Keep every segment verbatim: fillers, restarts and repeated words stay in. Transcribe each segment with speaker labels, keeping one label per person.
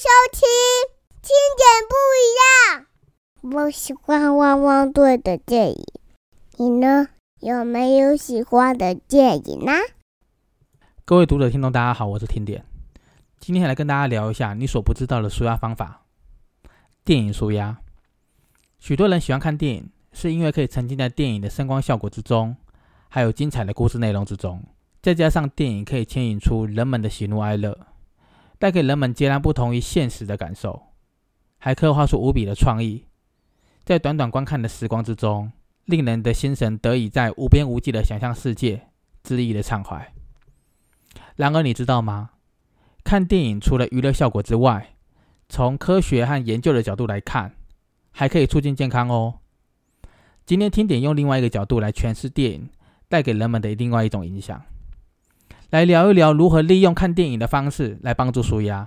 Speaker 1: 收听听点不一样。我喜欢汪汪队的电影，你呢？有没有喜欢的电影呢？
Speaker 2: 各位读者听众大家好，我是听点。今天来跟大家聊一下你所不知道的抒压方法——电影抒压。许多人喜欢看电影，是因为可以沉浸在电影的声光效果之中，还有精彩的故事内容之中，再加上电影可以牵引出人们的喜怒哀乐，带给人们截然不同于现实的感受，还刻画出无比的创意，在短短观看的时光之中，令人的心神得以在无边无际的想象世界恣意的畅怀。然而你知道吗？看电影除了娱乐效果之外，从科学和研究的角度来看，还可以促进健康哦。今天听点用另外一个角度来诠释电影带给人们的另外一种影响，来聊一聊如何利用看电影的方式来帮助抒压。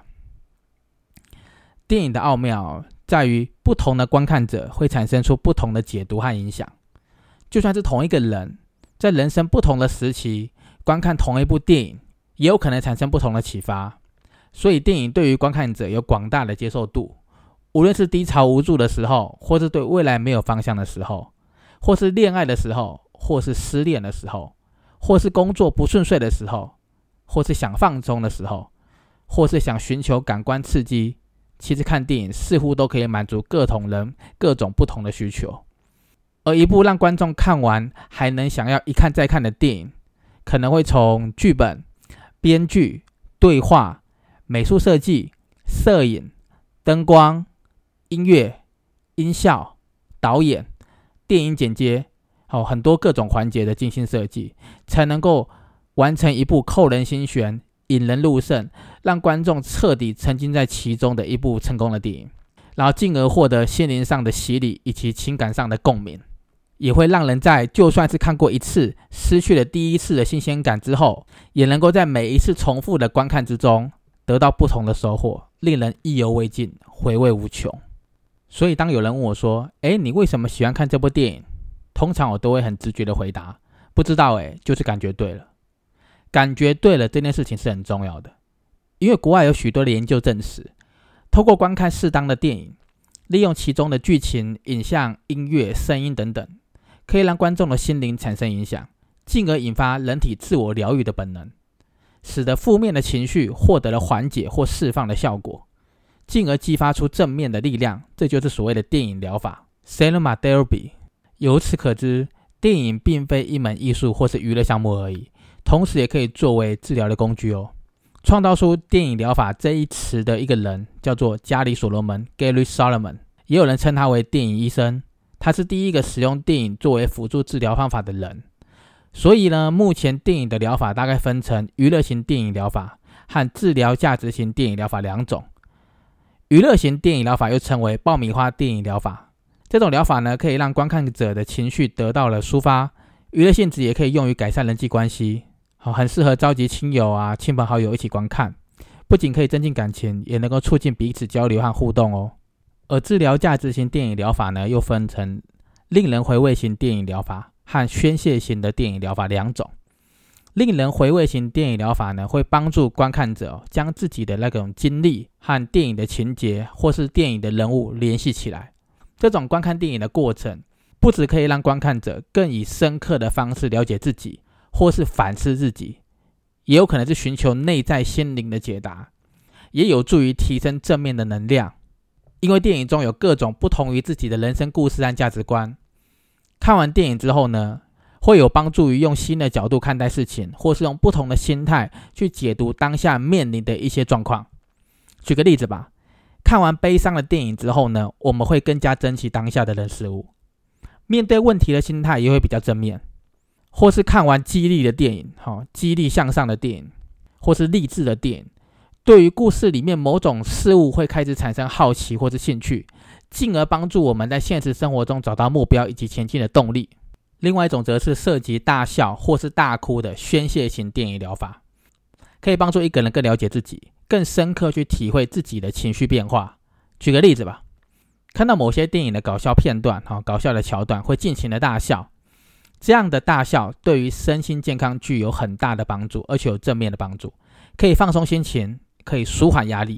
Speaker 2: 电影的奥妙在于不同的观看者会产生出不同的解读和影响，就算是同一个人，在人生不同的时期观看同一部电影，也有可能产生不同的启发。所以电影对于观看者有广大的接受度，无论是低潮无助的时候，或是对未来没有方向的时候，或是恋爱的时候，或是失恋的时候，或是工作不顺遂的时候，或是想放松的时候，或是想寻求感官刺激，其实看电影似乎都可以满足各种人各种不同的需求。而一部让观众看完还能想要一看再看的电影，可能会从剧本、编剧、对话、美术设计、摄影、灯光、音乐、音效、导演、电影剪接、哦、很多各种环节的精心设计，才能够完成一部扣人心弦、引人入胜，让观众彻底沉浸在其中的一部成功的电影，然后进而获得心灵上的洗礼以及情感上的共鸣，也会让人在就算是看过一次失去了第一次的新鲜感之后，也能够在每一次重复的观看之中得到不同的收获，令人意犹未尽，回味无穷。所以当有人问我说，诶，你为什么喜欢看这部电影？通常我都会很直觉的回答，不知道诶，就是感觉对了。感觉对了这件事情是很重要的，因为国外有许多的研究证实，透过观看适当的电影，利用其中的剧情、影像、音乐、声音等等，可以让观众的心灵产生影响，进而引发人体自我疗愈的本能，使得负面的情绪获得了缓解或释放的效果，进而激发出正面的力量，这就是所谓的电影疗法 Cinema Therapy。 由此可知，电影并非一门艺术或是娱乐项目而已，同时也可以作为治疗的工具哦。创造出电影疗法这一词的一个人叫做加里所罗门 Gary Solomon， 也有人称他为电影医生，他是第一个使用电影作为辅助治疗方法的人。所以呢，目前电影的疗法大概分成娱乐型电影疗法和治疗价值型电影疗法两种。娱乐型电影疗法又称为爆米花电影疗法，这种疗法呢，可以让观看者的情绪得到了抒发，娱乐性质也可以用于改善人际关系，很适合召集亲友啊、亲朋好友一起观看，不仅可以增进感情，也能够促进彼此交流和互动哦。而治疗价值型电影疗法呢，又分成令人回味型电影疗法和宣泄型的电影疗法两种。令人回味型电影疗法呢，会帮助观看者、哦、将自己的那种经历和电影的情节或是电影的人物联系起来。这种观看电影的过程，不只可以让观看者更以深刻的方式了解自己，或是反思自己，也有可能是寻求内在心灵的解答，也有助于提升正面的能量。因为电影中有各种不同于自己的人生故事和价值观，看完电影之后呢，会有帮助于用新的角度看待事情，或是用不同的心态去解读当下面临的一些状况。举个例子吧，看完悲伤的电影之后呢，我们会更加珍惜当下的人事物，面对问题的心态也会比较正面。或是看完激励的电影、哦、激励向上的电影，或是励志的电影，对于故事里面某种事物会开始产生好奇或是兴趣，进而帮助我们在现实生活中找到目标以及前进的动力。另外一种则是涉及大笑或是大哭的宣泄型电影疗法，可以帮助一个人更了解自己，更深刻去体会自己的情绪变化。举个例子吧，看到某些电影的搞笑片段、哦、搞笑的桥段会尽情的大笑，这样的大笑对于身心健康具有很大的帮助，而且有正面的帮助，可以放松心情，可以舒缓压力，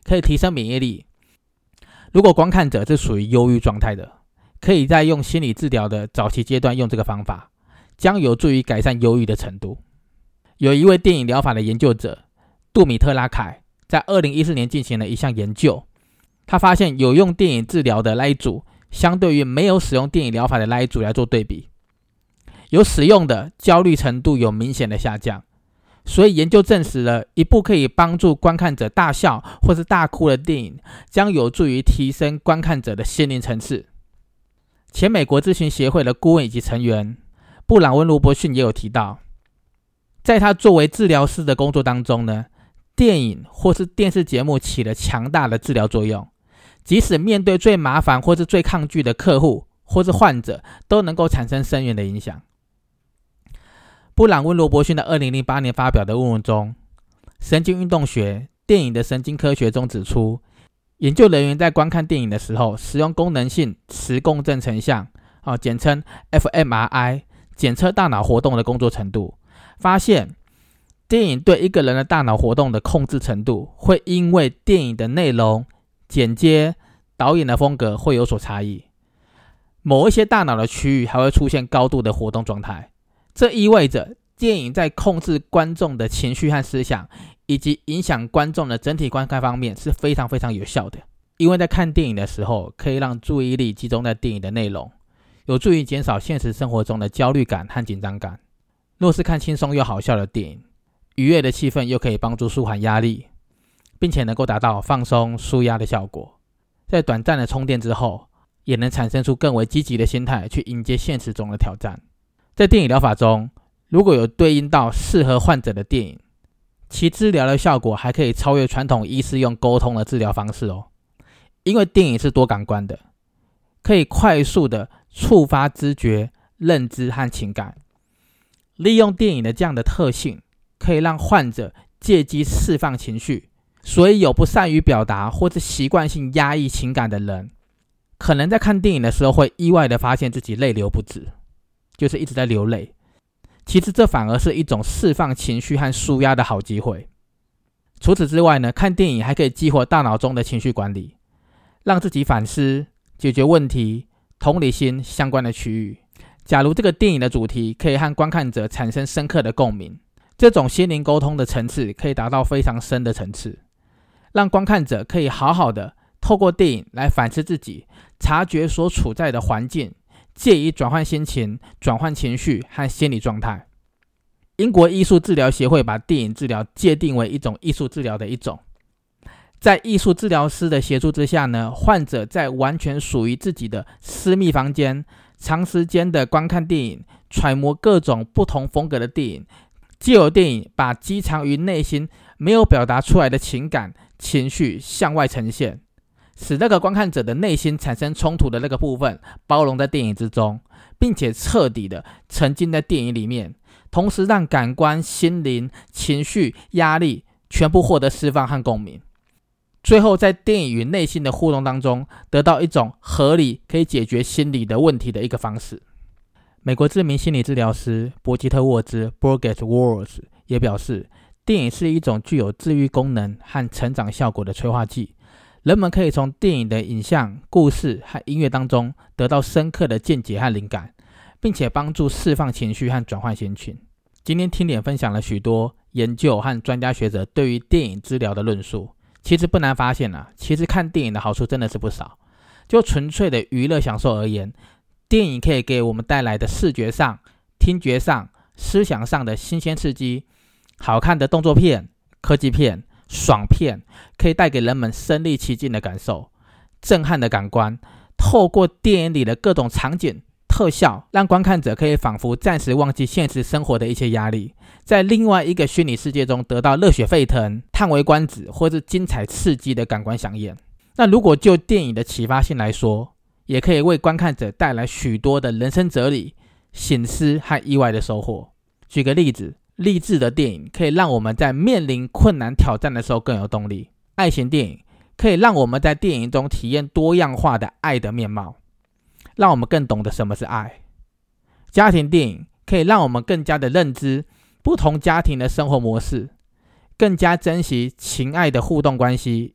Speaker 2: 可以提升免疫力。如果观看者是属于忧郁状态的，可以在用心理治疗的早期阶段用这个方法，将有助于改善忧郁的程度。有一位电影疗法的研究者杜米特拉凯在二零一四年进行了一项研究，他发现有用电影治疗的那一组相对于没有使用电影疗法的那一组来做对比，有使用的焦虑程度有明显的下降。所以研究证实了一部可以帮助观看者大笑或是大哭的电影将有助于提升观看者的心灵层次。前美国咨询协会的顾问以及成员布朗温·罗伯逊也有提到，在他作为治疗师的工作当中呢，电影或是电视节目起了强大的治疗作用，即使面对最麻烦或是最抗拒的客户或是患者，都能够产生深远的影响。布朗温·罗伯逊在二零零八年发表的论文中，神经运动学电影的神经科学中指出，研究人员在观看电影的时候，使用功能性磁共振成像、哦、简称 F M R I 检测大脑活动的工作程度，发现电影对一个人的大脑活动的控制程度会因为电影的内容、剪接、导演的风格会有所差异。某一些大脑的区域还会出现高度的活动状态，这意味着电影在控制观众的情绪和思想，以及影响观众的整体观看方面是非常非常有效的。因为在看电影的时候，可以让注意力集中在电影的内容，有助于减少现实生活中的焦虑感和紧张感。若是看轻松又好笑的电影，愉悦的气氛又可以帮助舒缓压力，并且能够达到放松舒压的效果。在短暂的充电之后，也能产生出更为积极的心态去迎接现实中的挑战。在电影疗法中，如果有对应到适合患者的电影，其治疗的效果还可以超越传统医师用沟通的治疗方式哦。因为电影是多感官的，可以快速的触发知觉、认知和情感。利用电影的这样的特性，可以让患者借机释放情绪，所以有不善于表达或是习惯性压抑情感的人，可能在看电影的时候会意外的发现自己泪流不止，就是一直在流泪。其实这反而是一种释放情绪和抒压的好机会。除此之外呢，看电影还可以激活大脑中的情绪管理，让自己反思、解决问题、同理心相关的区域。假如这个电影的主题可以和观看者产生深刻的共鸣，这种心灵沟通的层次可以达到非常深的层次，让观看者可以好好的透过电影来反思自己，察觉所处在的环境，借以转换心情、转换情绪和心理状态。英国艺术治疗协会把电影治疗界定为一种艺术治疗的一种。在艺术治疗师的协助之下呢，患者在完全属于自己的私密房间，长时间的观看电影，揣摩各种不同风格的电影，藉由电影把积藏于内心没有表达出来的情感、情绪向外呈现，使那个观看者的内心产生冲突的那个部分包容在电影之中，并且彻底的沉浸在电影里面，同时让感官、心灵、情绪、压力全部获得释放和共鸣。最后在电影与内心的互动当中，得到一种合理可以解决心理的问题的一个方式。美国知名心理治疗师伯吉特沃兹 Birgit Walls 也表示，电影是一种具有治愈功能和成长效果的催化剂。人们可以从电影的影像、故事和音乐当中得到深刻的见解和灵感，并且帮助释放情绪和转换心情。今天听点分享了许多研究和专家学者对于电影治疗的论述。其实不难发现啊，其实看电影的好处真的是不少。就纯粹的娱乐享受而言，电影可以给我们带来的视觉上、听觉上、思想上的新鲜刺激。好看的动作片、科技片、爽片可以带给人们身临其境的感受，震撼的感官，透过电影里的各种场景、特效，让观看者可以仿佛暂时忘记现实生活的一些压力，在另外一个虚拟世界中得到热血沸腾、叹为观止或是精彩刺激的感官响应。那如果就电影的启发性来说，也可以为观看者带来许多的人生哲理、省思和意外的收获。举个例子，励志的电影可以让我们在面临困难挑战的时候更有动力，爱情电影可以让我们在电影中体验多样化的爱的面貌，让我们更懂得什么是爱。家庭电影可以让我们更加的认知不同家庭的生活模式，更加珍惜情爱的互动关系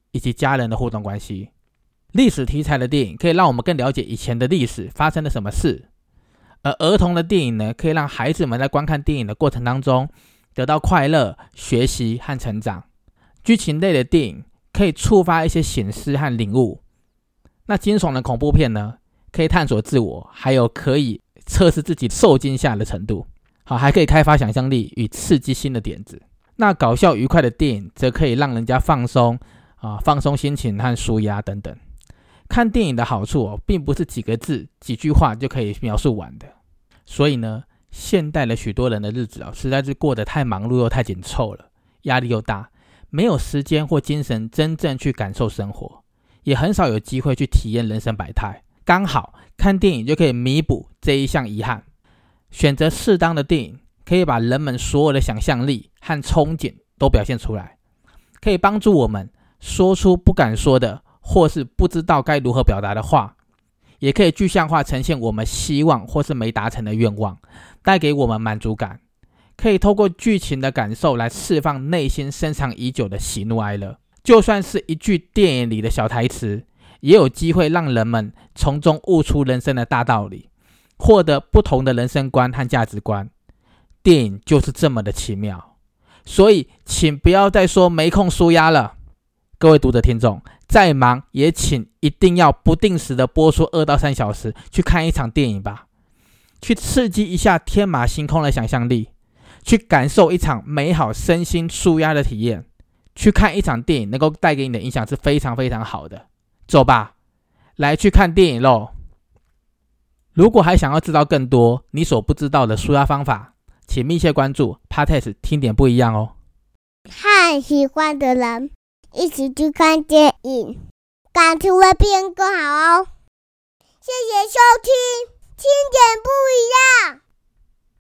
Speaker 2: 以及家人的互动关系。历史题材的电影可以让我们更了解以前的历史发生了什么事，而儿童的电影呢，可以让孩子们在观看电影的过程当中得到快乐、学习和成长。剧情类的电影可以触发一些省思和领悟。那惊悚的恐怖片呢，可以探索自我，还有可以测试自己受惊吓的程度，好，还可以开发想象力与刺激新的点子。那搞笑愉快的电影则可以让人家放松啊，放松心情和抒压等等。看电影的好处哦，并不是几个字、几句话就可以描述完的。所以呢，现代的许多人的日子哦，实在是过得太忙碌又太紧凑了，压力又大，没有时间或精神真正去感受生活，也很少有机会去体验人生百态。刚好看电影就可以弥补这一项遗憾。选择适当的电影，可以把人们所有的想象力和憧憬都表现出来，可以帮助我们说出不敢说的，或是不知道该如何表达的话，也可以具象化呈现我们希望或是没达成的愿望，带给我们满足感。可以透过剧情的感受来释放内心深藏已久的喜怒哀乐。就算是一句电影里的小台词，也有机会让人们从中悟出人生的大道理，获得不同的人生观和价值观。电影就是这么的奇妙，所以请不要再说没空抒压了。各位读者听众，再忙也请一定要不定时的播出二到三小时去看一场电影吧，去刺激一下天马行空的想象力，去感受一场美好身心抒压的体验。去看一场电影能够带给你的影响是非常非常好的。走吧，来去看电影咯。如果还想要知道更多你所不知道的抒压方法，请密切关注 Podcast 听点不一样哦。
Speaker 1: 和喜欢的人一起去看电影，感触会变更好哦。谢谢收听。